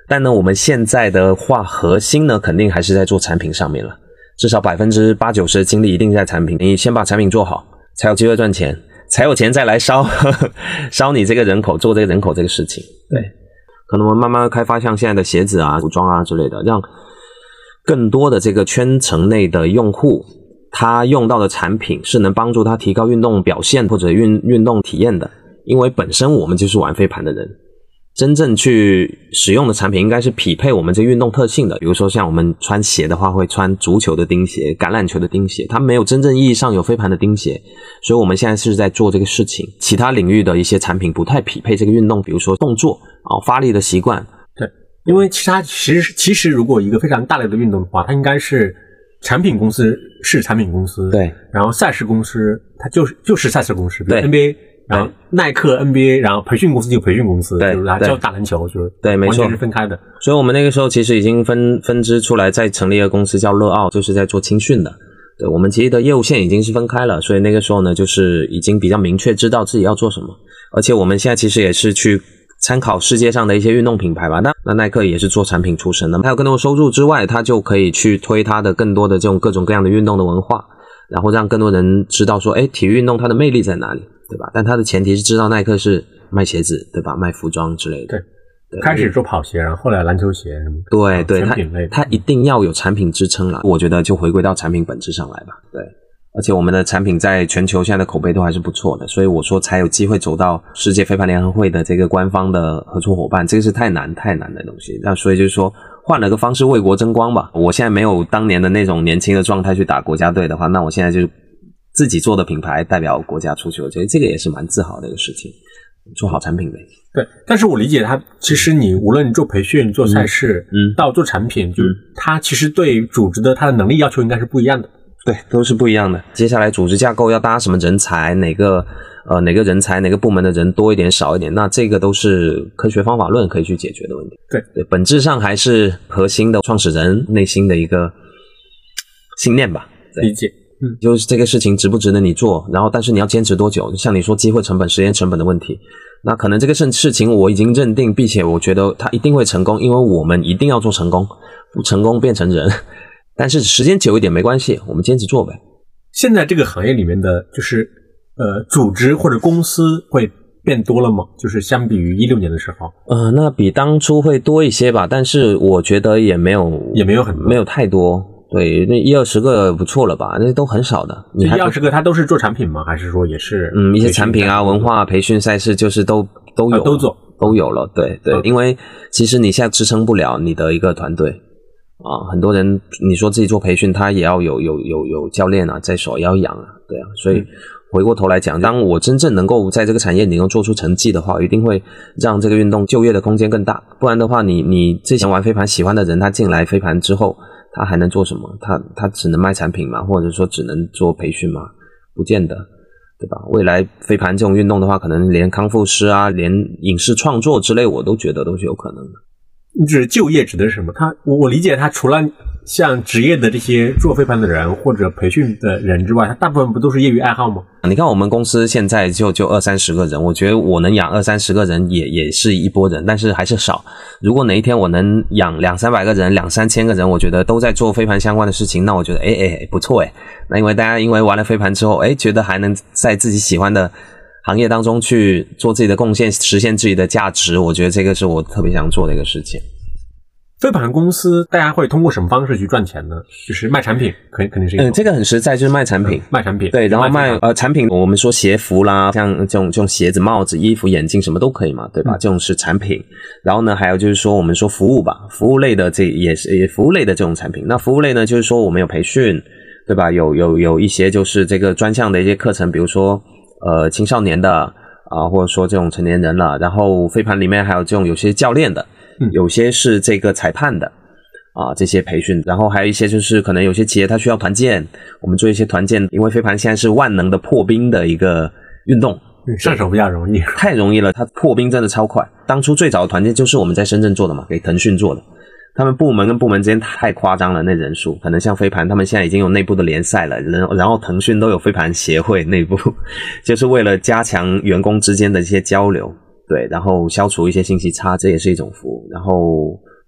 B: 但呢，我们现在的话，核心呢，肯定还是在做产品上面了，至少百分之八九十的精力一定在产品。你先把产品做好，才有机会赚钱，才有钱再来烧呵呵烧你这个人口，做这个人口这个事情。对，可能我们慢慢开发像现在的鞋子啊、服装啊之类的，让更多的这个圈层内的用户，他用到的产品是能帮助他提高运动表现或者运运动体验的。因为本身我们就是玩飞盘的人，真正去使用的产品应该是匹配我们这运动特性的。比如说像我们穿鞋的话，会穿足球的钉鞋、橄榄球的钉鞋，它没有真正意义上有飞盘的钉鞋，所以我们现在是在做这个事情。其他领域的一些产品不太匹配这个运动，比如说动作啊、发力的习惯。
A: 对，因为其他其实其实如果一个非常大类的运动的话，它应该是产品公司是产品公司，
B: 对，
A: 然后赛事公司它就是就是赛事公司，比如
B: 对
A: N B A。然后耐克 N B A， 然后培训公司就培训公司，
B: 对，
A: 就是它叫打篮球，就是
B: 对，没错，
A: 完全是分开的。
B: 所以我们那个时候其实已经分分支出来，再成立一个公司叫乐奥，就是在做青训的。对，我们其实的业务线已经是分开了，所以那个时候呢，就是已经比较明确知道自己要做什么。而且我们现在其实也是去参考世界上的一些运动品牌吧。那那耐克也是做产品出身的，它有更多的收入之外，它就可以去推它的更多的这种各种各样的运动的文化，然后让更多人知道说，诶，体育运动它的魅力在哪里。对吧？但它的前提是知道耐克是卖鞋子，对吧？卖服装之类的。
A: 对，对，开始做跑鞋，然后后来篮球鞋什么的。
B: 对对，
A: 产品类
B: 它它一定要有产品支撑了。我觉得就回归到产品本质上来吧。对，而且我们的产品在全球现在的口碑都还是不错的，所以我说才有机会走到世界飞盘联合会的这个官方的合作伙伴，这个是太难太难的东西。那所以就是说，换了个方式为国争光吧。我现在没有当年的那种年轻的状态去打国家队的话，那我现在就自己做的品牌代表国家出去，我觉得这个也是蛮自豪的一个事情，做好产品呗。
A: 对，但是我理解它，其实你无论做培训、做赛事，
B: 嗯，
A: 到做产品，就是它其实对组织的它的能力要求应该是不一样的。
B: 对，都是不一样的。接下来组织架构要搭什么人才，哪个呃哪个人才哪个部门的人多一点少一点，那这个都是科学方法论可以去解决的问题。
A: 对
B: 对，本质上还是核心的创始人内心的一个信念吧。
A: 理解。
B: 嗯，就是这个事情值不值得你做，然后但是你要坚持多久，像你说机会成本、时间成本的问题，那可能这个事事情我已经认定，并且我觉得它一定会成功，因为我们一定要做成功，不成功变成人，但是时间久一点没关系，我们坚持做呗。
A: 现在这个行业里面的就是呃组织或者公司会变多了吗？就是相比于一六年的时候，
B: 呃，那比当初会多一些吧，但是我觉得也没有
A: 也没有很多，
B: 没有太多。对，那一二十个不错了吧？那都很少的。
A: 你一二十个，它都是做产品吗？还是说也是？
B: 嗯，一些产品啊、文化、培训、赛事，就是都都有、
A: 啊，都做
B: 都有了。对对、嗯，因为其实你现在支撑不了你的一个团队啊，很多人你说自己做培训，他也要有有有有教练啊在手，也要养啊，对啊。所以回过头来讲，当我真正能够在这个产业里能做出成绩的话，我一定会让这个运动就业的空间更大。不然的话，你你之前玩飞盘喜欢的人，他进来飞盘之后。他还能做什么？他他只能卖产品吗？或者说只能做培训吗？不见得，对吧？未来飞盘这种运动的话，可能连康复师啊，连影视创作之类，我都觉得都是有可能的。
A: 你指就业指的是什么？他我我理解他除了像职业的这些做飞盘的人或者培训的人之外，他大部分不都是业余爱好吗？
B: 你看我们公司现在就就二三十个人，我觉得我能养二三十个人也也是一波人，但是还是少。如果哪一天我能养两三百个人、两三千个人，我觉得都在做飞盘相关的事情，那我觉得诶诶诶不错诶。那因为大家因为玩了飞盘之后，诶觉得还能在自己喜欢的行业当中去做自己的贡献，实现自己的价值，我觉得这个是我特别想做的一个事情。
A: 飞盘公司大家会通过什么方式去赚钱呢？就是卖产品，肯肯定是一种。
B: 嗯，这个很实在，就是卖产品，
A: 嗯、卖产品。
B: 对，然后卖呃产品，我们说鞋服啦，像这种这种鞋子、帽子、衣服、眼镜什么都可以嘛，对吧？嗯、这种是产品。然后呢，还有就是说我们说服务吧，服务类的这也是也服务类的这种产品。那服务类呢，就是说我们有培训，对吧？有有有一些就是这个专项的一些课程，比如说呃青少年的啊，或者说这种成年人了。然后飞盘里面还有这种有些教练的。有些是这个裁判的啊，这些培训，然后还有一些就是可能有些企业它需要团建，我们做一些团建，因为飞盘现在是万能的破冰的一个运动，
A: 上手比较容易，
B: 太容易了，它破冰真的超快。当初最早的团建就是我们在深圳做的嘛，给腾讯做的，他们部门跟部门之间太夸张了，那人数可能像飞盘他们现在已经有内部的联赛了，然后腾讯都有飞盘协会内部，就是为了加强员工之间的一些交流。对，然后消除一些信息差，这也是一种服务。然后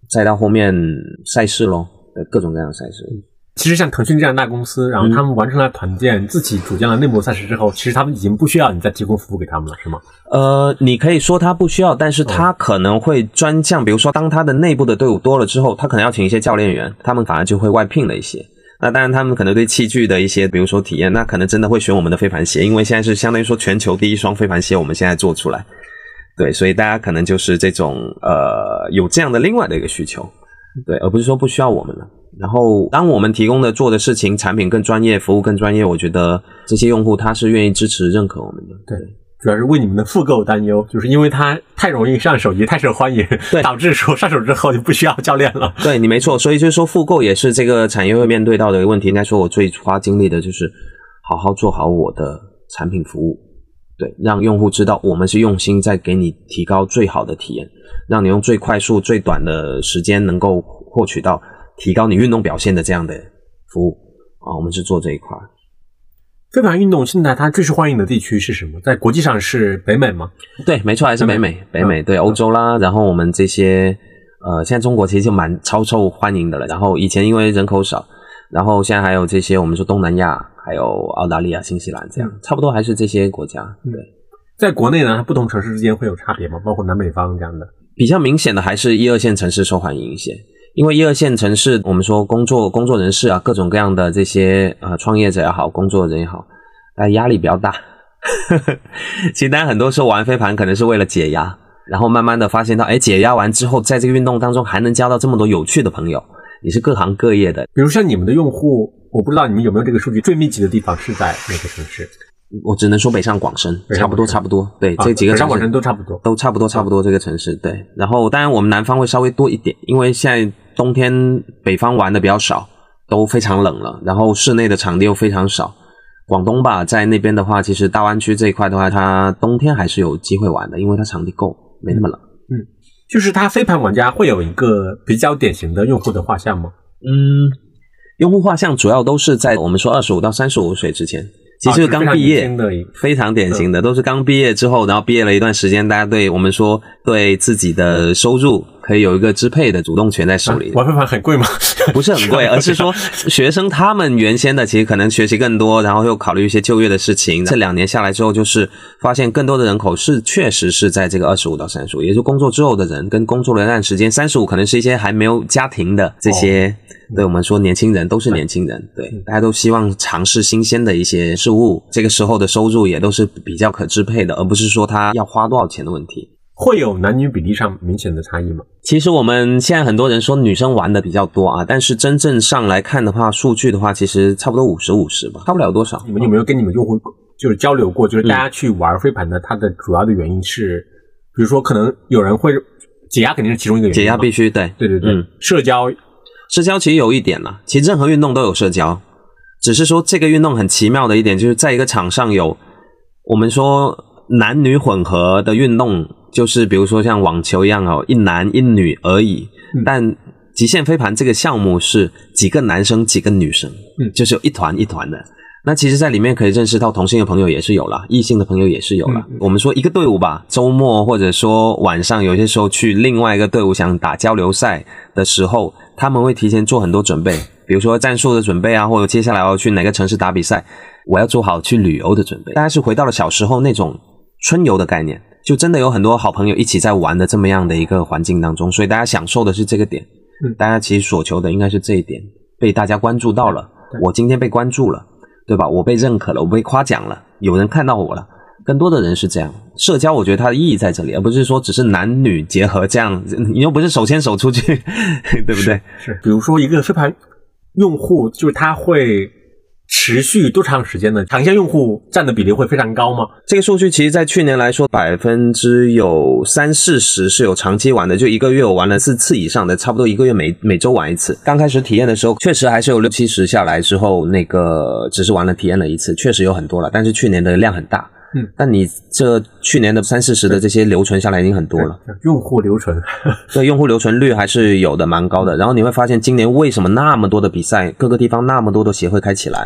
B: 再到后面赛事咯，各种各样的赛事。
A: 其实像腾讯这样的大公司，然后他们完成了团建，自己组建了内部赛事之后，其实他们已经不需要你再提供服务给他们了，是吗？
B: 呃，你可以说他不需要，但是他可能会专项，比如说当他的内部的队伍多了之后，他可能要请一些教练员，他们反而就会外聘了一些。那当然他们可能对器具的一些比如说体验，那可能真的会选我们的飞盘鞋，因为现在是相当于说全球第一双飞盘鞋我们现在做出来。对，所以大家可能就是这种呃有这样的另外的一个需求，对，而不是说不需要我们了。然后当我们提供的做的事情产品更专业，服务更专业，我觉得这些用户他是愿意支持认可我们的。
A: 对，主要是为你们的复购担忧，就是因为它太容易上手，也太受欢迎，导致说上手之后就不需要教练了。
B: 对，你没错，所以就是说复购也是这个产业会面对到的一个问题。应该说我最花精力的就是好好做好我的产品服务，对，让用户知道我们是用心在给你提高最好的体验，让你用最快速最短的时间能够获取到提高你运动表现的这样的服务啊，我们是做这一块。
A: 飞盘运动现在它最受欢迎的地区是什么？在国际上是北美吗？
B: 对，没错，还是北美，北美，对，欧洲啦，然后我们这些呃，现在中国其实就蛮超受欢迎的了。然后以前因为人口少，然后现在还有这些我们说东南亚，还有澳大利亚、新西兰这样，差不多还是这些国家。对，
A: 在国内呢，不同城市之间会有差别吗？包括南北方这样的？
B: 比较明显的还是一二线城市受欢迎一些。因为一二线城市，我们说工作工作人士啊，各种各样的这些呃创业者也好，工作人也好，大家压力比较大。其实大家很多时候玩飞盘可能是为了解压，然后慢慢的发现到，哎，解压完之后，在这个运动当中还能交到这么多有趣的朋友，你是各行各业的。
A: 比如像你们的用户，我不知道你们有没有这个数据，最密集的地方是在哪个城市？
B: 我只能说北上广深，差不多差不多，对，
A: 啊、
B: 这几个城市
A: 北上广深都差不多，
B: 都差不多差不多这个城市，对。然后当然我们南方会稍微多一点，因为现在冬天北方玩的比较少，都非常冷了，然后室内的场地又非常少。广东吧，在那边的话，其实大湾区这一块的话，它冬天还是有机会玩的，因为它场地够，没那么冷。
A: 嗯，就是它飞盘玩家会有一个比较典型的用户的画像吗？
B: 嗯，用户画像主要都是在我们说二十五到三十五岁之间。其实刚毕业、
A: 啊、
B: 非常典型的、嗯、都是刚毕业之后，然后毕业了一段时间，大家对我们说对自己的收入可以有一个支配的主动权在手里。
A: 啊、玩飞盘很贵吗？
B: 不是很贵，而是说学生他们原先的其实可能学习更多，然后又考虑一些就业的事情。这两年下来之后，就是发现更多的人口是确实是在这个二十五到三十五，也就是工作之后的人跟工作的那段时间。三十五可能是一些还没有家庭的这些、哦、对我们说年轻人，都是年轻人，对，大家都希望尝试新鲜的一些事物，这个时候的收入也都是比较可支配的，而不是说他要花多少钱的问题。
A: 会有男女比例上明显的差异吗？
B: 其实我们现在很多人说女生玩的比较多啊，但是真正上来看的话，数据的话其实差不多五十五十吧，差不了多少。
A: 你们有没有跟你们用户就是交流过，就是大家去玩飞盘的它的主要的原因是、嗯、比如说可能有人会解压，肯定是其中一个原因，
B: 解压必须，对
A: 对对对、嗯、社交
B: 社交其实有一点啦，其实任何运动都有社交，只是说这个运动很奇妙的一点就是在一个场上有我们说男女混合的运动，就是比如说像网球一样哦，一男一女而已、嗯、但极限飞盘这个项目是几个男生几个女生，嗯，就是有一团一团的。那其实在里面可以认识到同性的朋友也是有啦，异性的朋友也是有啦、嗯、我们说一个队伍吧，周末或者说晚上有些时候去另外一个队伍想打交流赛的时候，他们会提前做很多准备，比如说战术的准备啊，或者接下来要去哪个城市打比赛，我要做好去旅游的准备。大家是回到了小时候那种春游的概念，就真的有很多好朋友一起在玩的这么样的一个环境当中，所以大家享受的是这个点、嗯、大家其实所求的应该是这一点，被大家关注到了，我今天被关注了，对吧？我被认可了，我被夸奖了，有人看到我了，更多的人是这样。社交我觉得它的意义在这里，而不是说只是男女结合这样，你又不是手牵手出去对不对？
A: 是, 是比如说一个飞盘用户，就是他会持续多长时间呢？长线用户占的比例会非常高吗？
B: 这个数据其实在去年来说百分之有三四十是有长期玩的，就一个月我玩了四次以上的，差不多一个月每每周玩一次。刚开始体验的时候确实还是有六七十下来之后，那个只是玩了体验了一次，确实有很多了，但是去年的量很大。嗯，但你这去年的三四十的这些留存下来已经很多了，
A: 用户留存
B: 对，用户留存率还是有的，蛮高的。然后你会发现今年为什么那么多的比赛，各个地方那么多的协会开起来，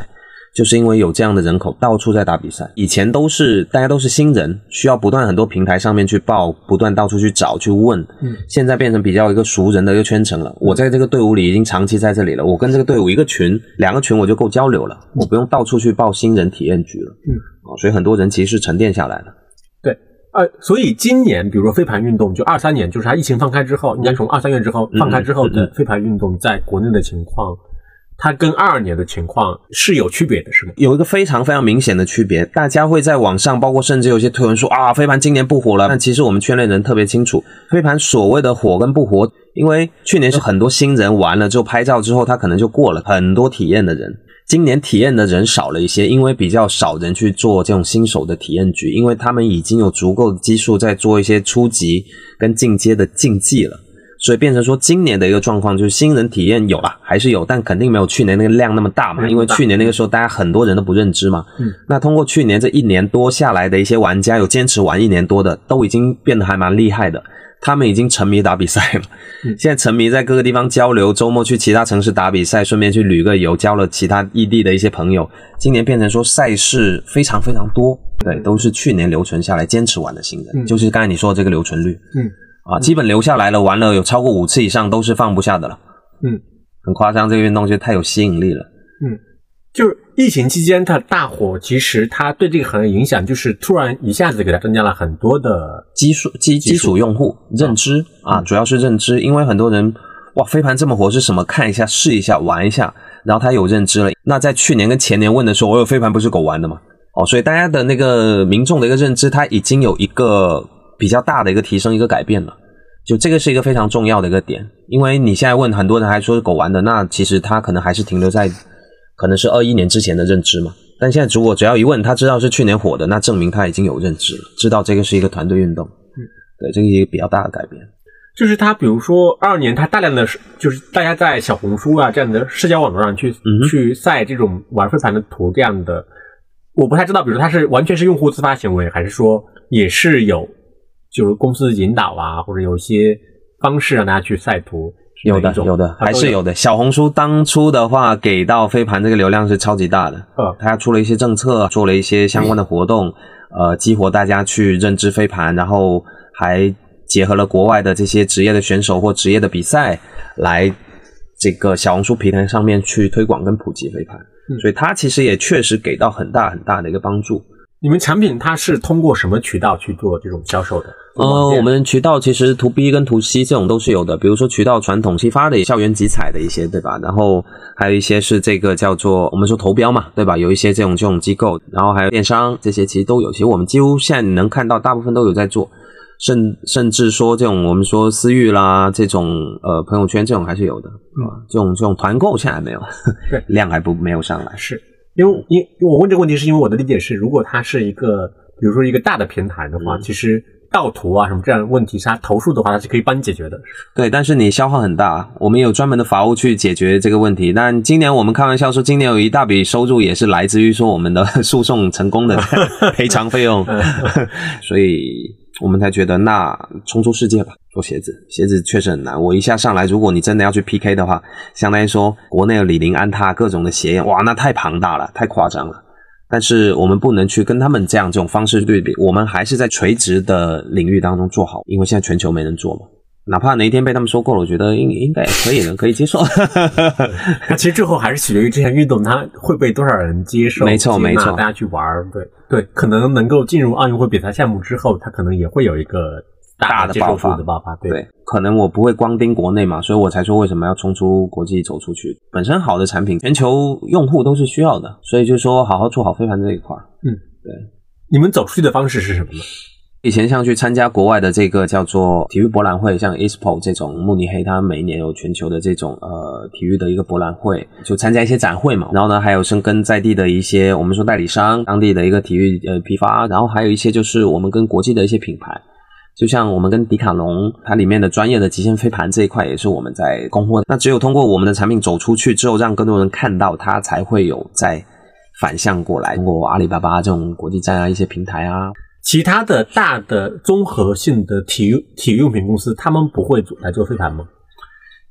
B: 就是因为有这样的人口到处在打比赛。以前都是大家都是新人，需要不断很多平台上面去报，不断到处去找去问，嗯，现在变成比较一个熟人的一个圈层了。我在这个队伍里已经长期在这里了，我跟这个队伍一个群两个群我就够交流了，我不用到处去报新人体验局了，嗯，所以很多人其实是沉淀下来了。
A: 对，呃，所以今年比如说飞盘运动，就二三年，就是它疫情放开之后，应该从二三月之后放开之后的飞盘运动在国内的情况，它跟二二年的情况是有区别的，是吗？
B: 有一个非常非常明显的区别，大家会在网上，包括甚至有些推文说啊，飞盘今年不火了。但其实我们圈内人特别清楚，飞盘所谓的火跟不火，因为去年是很多新人玩了之后拍照之后，他可能就过了很多体验的人。今年体验的人少了一些，因为比较少人去做这种新手的体验局，因为他们已经有足够的基数在做一些初级跟进阶的竞技了。所以变成说今年的一个状况就是新人体验有啦，还是有，但肯定没有去年那个量那么大嘛，因为去年那个时候大家很多人都不认知嘛。嗯，那通过去年这一年多下来的一些玩家，有坚持玩一年多的，都已经变得还蛮厉害的，他们已经沉迷打比赛了。嗯，现在沉迷在各个地方交流，周末去其他城市打比赛，顺便去旅个游，交了其他异地的一些朋友。今年变成说赛事非常非常多，对，都是去年留存下来坚持玩的新人，嗯，就是刚才你说的这个留存率。嗯。啊，基本留下来了，玩了有超过五次以上都是放不下的了。嗯，很夸张，这个运动就太有吸引力了。
A: 嗯，就是疫情期间它大火，其实它对这个行业影响就是突然一下子给它增加了很多的
B: 基数基基础用户认知、哦、啊，主要是认知，因为很多人哇飞盘这么火是什么，看一下试一下玩一下，然后他有认知了。那在去年跟前年问的时候，我有飞盘不是狗玩的吗？哦，所以大家的那个民众的一个认知，它已经有一个比较大的一个提升，一个改变了。就这个是一个非常重要的一个点，因为你现在问很多人还说是狗玩的，那其实他可能还是停留在可能是二一年之前的认知嘛。但现在如果只要一问他知道是去年火的，那证明他已经有认知了，知道这个是一个团队运动。嗯，对，这个一个比较大的改变。
A: 就是他比如说二二年他大量的就是大家在小红书啊这样的社交网络上去、嗯、去晒这种玩飞盘的图这样的，我不太知道，比如说他是完全是用户自发行为，还是说也是有就是公司引导啊，或者有一些方式让大家去晒图。
B: 有的有的还是有的。小红书当初的话给到飞盘这个流量是超级大的，嗯，他出了一些政策，做了一些相关的活动、嗯、呃，激活大家去认知飞盘，然后还结合了国外的这些职业的选手或职业的比赛来这个小红书平台上面去推广跟普及飞盘、嗯、所以它其实也确实给到很大很大的一个帮助。
A: 你们产品它是通过什么渠道去做这种销售的？
B: 呃，我们渠道其实 to B 跟 to C 这种都是有的，比如说渠道传统批发的校园集采的一些，对吧？然后还有一些是这个叫做我们说投标嘛，对吧？有一些这种这种机构，然后还有电商，这些其实都有。其实我们几乎现在你能看到大部分都有在做，甚甚至说这种我们说私域啦，这种呃朋友圈这种还是有的啊、嗯，这种这种团购现在还没有，对，量还不没有上来。
A: 是。因为因为我问这个问题是因为我的理解是，如果它是一个比如说一个大的平台的话、嗯、其实盗图啊什么这样的问题是它投诉的话它是可以帮你解决的。
B: 对，但是你消耗很大，我们有专门的法务去解决这个问题。但今年我们开玩笑说今年有一大笔收入也是来自于说我们的诉讼成功的赔偿费用所以我们才觉得那冲出世界吧，做鞋子，鞋子确实很难。我一下上来，如果你真的要去 P K 的话，相当于说国内有李宁、安踏各种的鞋，哇，那太庞大了，太夸张了。但是我们不能去跟他们这样这种方式对比，我们还是在垂直的领域当中做好，因为现在全球没人做嘛。哪怕哪一天被他们收购了，我觉得应应该也可以的，可以接受。
A: 那其实最后还是取决于这项运动它会被多少人接受，
B: 没错没错，
A: 大家去玩，对对，可能能够进入奥运会比赛项目之后，它可能也会有一个大的爆发的爆发，对，
B: 对，可能我不会光盯国内嘛，所以我才说为什么要冲出国际走出去。本身好的产品，全球用户都是需要的，所以就说好好做好飞盘这一块。嗯，对。
A: 你们走出去的方式是什么呢？
B: 以前像去参加国外的这个叫做体育博览会，像 E S P O 这种，慕尼黑它每一年有全球的这种呃体育的一个博览会，就参加一些展会嘛。然后呢，还有是跟在地的一些我们说代理商，当地的一个体育呃批发，然后还有一些就是我们跟国际的一些品牌，就像我们跟迪卡侬，它里面的专业的极限飞盘这一块也是我们在供货。那只有通过我们的产品走出去之后，让更多人看到它，才会有再反向过来，通过阿里巴巴这种国际站啊，一些平台啊。
A: 其他的大的综合性的体育体育用品公司，他们不会来做飞盘吗？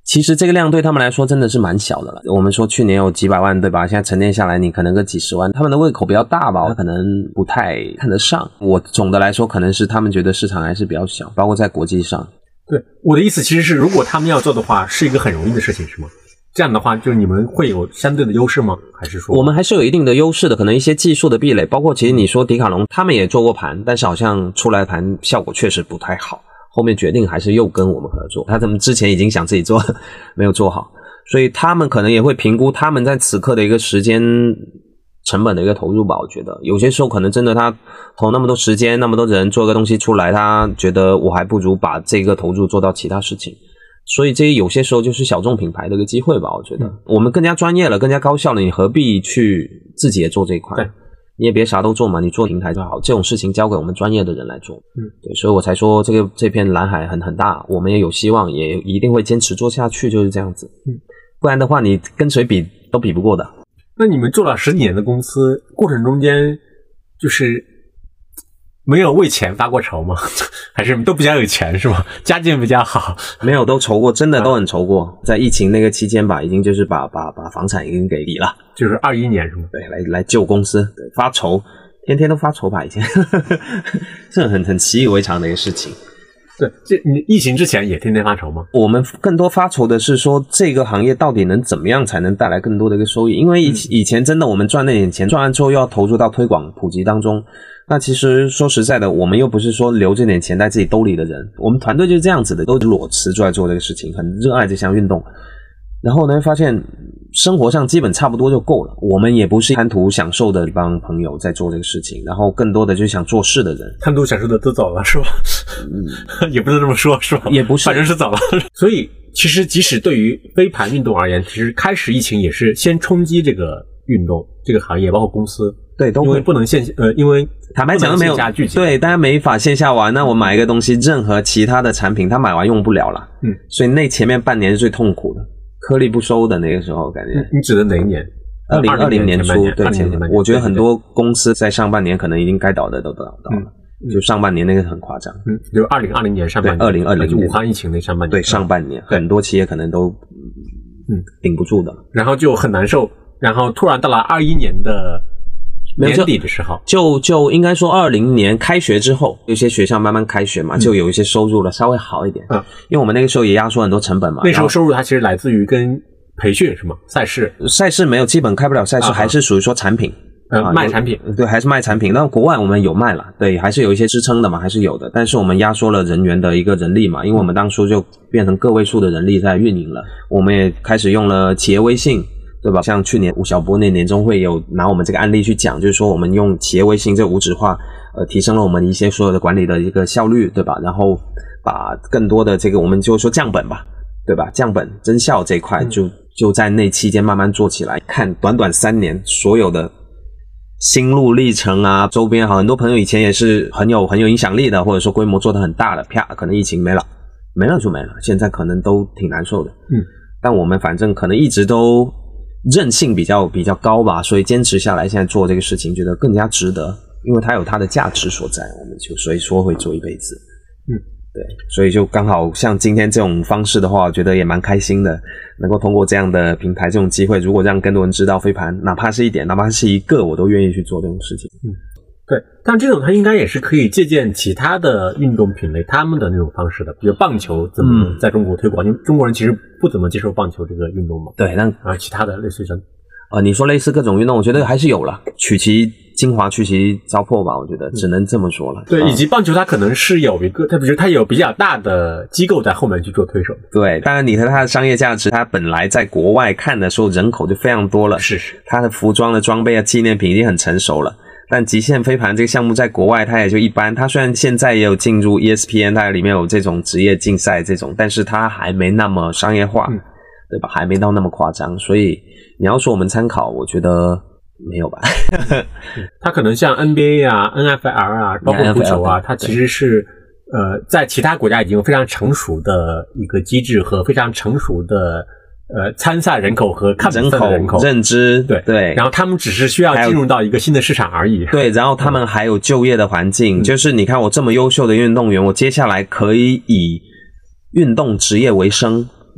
B: 其实这个量对他们来说真的是蛮小的了。我们说去年有几百万，对吧？现在沉淀下来，你可能个几十万，他们的胃口比较大吧，可能不太看得上。我总的来说，可能是他们觉得市场还是比较小，包括在国际上。
A: 对，我的意思其实是，如果他们要做的话，是一个很容易的事情，是吗？这样的话，就是你们会有相对的优势吗？还是说
B: 我们还是有一定的优势的？可能一些技术的壁垒，包括其实你说迪卡侬，他们也做过盘，但是好像出来的盘效果确实不太好。后面决定还是又跟我们合作，他们之前已经想自己做，没有做好，所以他们可能也会评估他们在此刻的一个时间成本的一个投入吧。我觉得有些时候可能真的他投那么多时间那么多人做一个东西出来，他觉得我还不如把这个投入做到其他事情，所以这有些时候就是小众品牌的一个机会吧。我觉得、嗯、我们更加专业了，更加高效了，你何必去自己也做这一块？对，你也别啥都做嘛，你做平台就好，这种事情交给我们专业的人来做。嗯，对，所以我才说这个这片蓝海很很大，我们也有希望，也一定会坚持做下去，就是这样子。嗯，不然的话，你跟谁比都比不过的。
A: 那你们做了十几年的公司，过程中间就是没有为钱发过愁吗？还是都比较有钱是吗？家境比较好？
B: 没有，都愁过，真的都很愁过。在疫情那个期间吧，已经就是把把把房产已经给抵了，
A: 就是二一年是吗？
B: 对，来来救公司，对，发愁，天天都发愁吧，以前，这很很习以为常的一个事情。
A: 对，这你疫情之前也天天发愁吗？
B: 我们更多发愁的是说，这个行业到底能怎么样才能带来更多的一个收益？因为以、嗯、以前真的我们赚那点钱，赚完之后又要投入到推广普及当中。那其实说实在的，我们又不是说留这点钱在自己兜里的人，我们团队就是这样子的，都是裸辞出来做这个事情，很热爱这项运动。然后呢，发现生活上基本差不多就够了。我们也不是贪图享受的一帮朋友在做这个事情，然后更多的就是想做事的人。
A: 贪图享受的都走了是吧？嗯，也不是这么说，是吧？
B: 也不是，
A: 反正是走了。所以其实即使对于飞盘运动而言，其实开始疫情也是先冲击这个运动这个行业，包括公司。
B: 对，都会，
A: 因为不能线呃，因为
B: 坦白讲都没有对，大家没法线下玩。那我买一个东西，任何其他的产品，他买完用不了了。嗯，所以那前面半年是最痛苦的，颗粒不收的那个时候感觉。
A: 你你指的哪一年？
B: 二零二零年初，对，前年。我觉得很多公司在上半年可能已经该倒的都倒到了，嗯、就上半年那个很夸张。
A: 嗯，就二零二零年上半年，
B: 二零二零
A: 就武汉疫情那上半年。
B: 对，上半年很多企业可能都嗯顶不住的，
A: 然后就很难受，然后突然到了二一年的。年底的时候，
B: 就就应该说二零年开学之后，有些学校慢慢开学嘛，嗯、就有一些收入了，稍微好一点。嗯，因为我们那个时候也压缩很多成本嘛。
A: 那时候收入它其实来自于跟培训是吗？赛事
B: 赛事没有，基本开不了赛事，啊、还是属于说产品，
A: 呃、啊，卖产品。
B: 对，还是卖产品。但国外我们有卖了，对，还是有一些支撑的嘛，还是有的。但是我们压缩了人员的一个人力嘛，因为我们当初就变成个位数的人力在运营了，我们也开始用了企业微信。对吧？像去年吴晓波那年终会有拿我们这个案例去讲，就是说我们用企业微信这无纸化，呃，提升了我们一些所有的管理的一个效率，对吧？然后把更多的这个我们就说降本吧，对吧？降本增效这一块就就在那期间慢慢做起来。看短短三年所有的心路历程啊，周边好很多朋友以前也是很有很有影响力的，或者说规模做得很大的，啪，可能疫情没了，没了就没了，现在可能都挺难受的。嗯，但我们反正可能一直都。韧性比较比较高吧，所以坚持下来，现在做这个事情觉得更加值得，因为它有它的价值所在，我们就所以说会做一辈子。嗯，对，所以就刚好像今天这种方式的话，我觉得也蛮开心的，能够通过这样的平台这种机会，如果让更多人知道飞盘，哪怕是一点，哪怕是一个，我都愿意去做这种事情。嗯。
A: 对，但这种它应该也是可以借鉴其他的运动品类他们的那种方式的，比如棒球怎么在中国推广，嗯、因为中国人其实不怎么接受棒球这个运动嘛。
B: 对，但
A: 啊，其他的类似于像，
B: 呃，你说类似各种运动，我觉得还是有了，取其精华，去其糟粕吧，我觉得只能这么说了。
A: 对，
B: 嗯、
A: 以及棒球它可能是有一个，它比如它有比较大的机构在后面去做推手。
B: 对，当然你和它的商业价值，它本来在国外看的时候人口就非常多了，
A: 是是，
B: 它的服装的装备啊、纪念品已经很成熟了。但极限飞盘这个项目在国外它也就一般，它虽然现在也有进入 E S P N， 它里面有这种职业竞赛这种，但是它还没那么商业化，嗯、对吧？还没到那么夸张，所以你要说我们参考，我觉得没有吧。
A: 它可能像 N B A 啊、N F L 啊，包括足球啊，它其实是呃在其他国家已经有非常成熟的一个机制和非常成熟的。呃，参赛人口和看比赛的人口
B: 认知，
A: 对
B: 对，
A: 然后他们只是需要进入到一个新的市场而已。
B: 对，然后他们还有就业的环境，
A: 嗯、
B: 就是你看我这么优秀的运动员，我接下来可以以运动职业为生，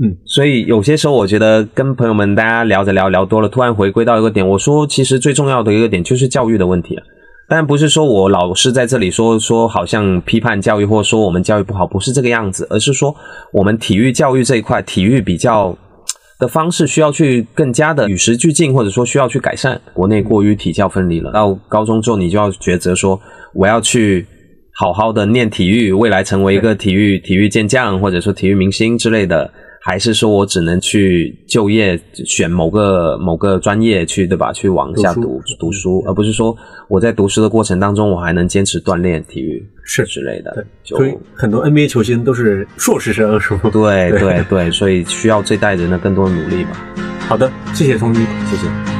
A: 嗯，
B: 所以有些时候我觉得跟朋友们大家聊着聊聊多了，突然回归到一个点，我说其实最重要的一个点就是教育的问题啊。当然不是说我老是在这里说说好像批判教育或者说我们教育不好，不是这个样子，而是说我们体育教育这一块，体育比较的方式需要去更加的与时俱进，或者说需要去改善。国内过于体教分离了，到高中之后你就要抉择说我要去好好的念体育，未来成为一个体育体育健将或者说体育明星之类的，还是说我只能去就业选某个某个专业去，对吧？去往下读读书，读书而不是说我在读书的过程当中我还能坚持锻炼体育
A: 是
B: 之类的。
A: 对，所以很多 N B A 球星都是硕士生，是吗？
B: 对对对，所以需要这代人的更多的努力吧。
A: 好的，谢谢聪毅，
B: 谢谢。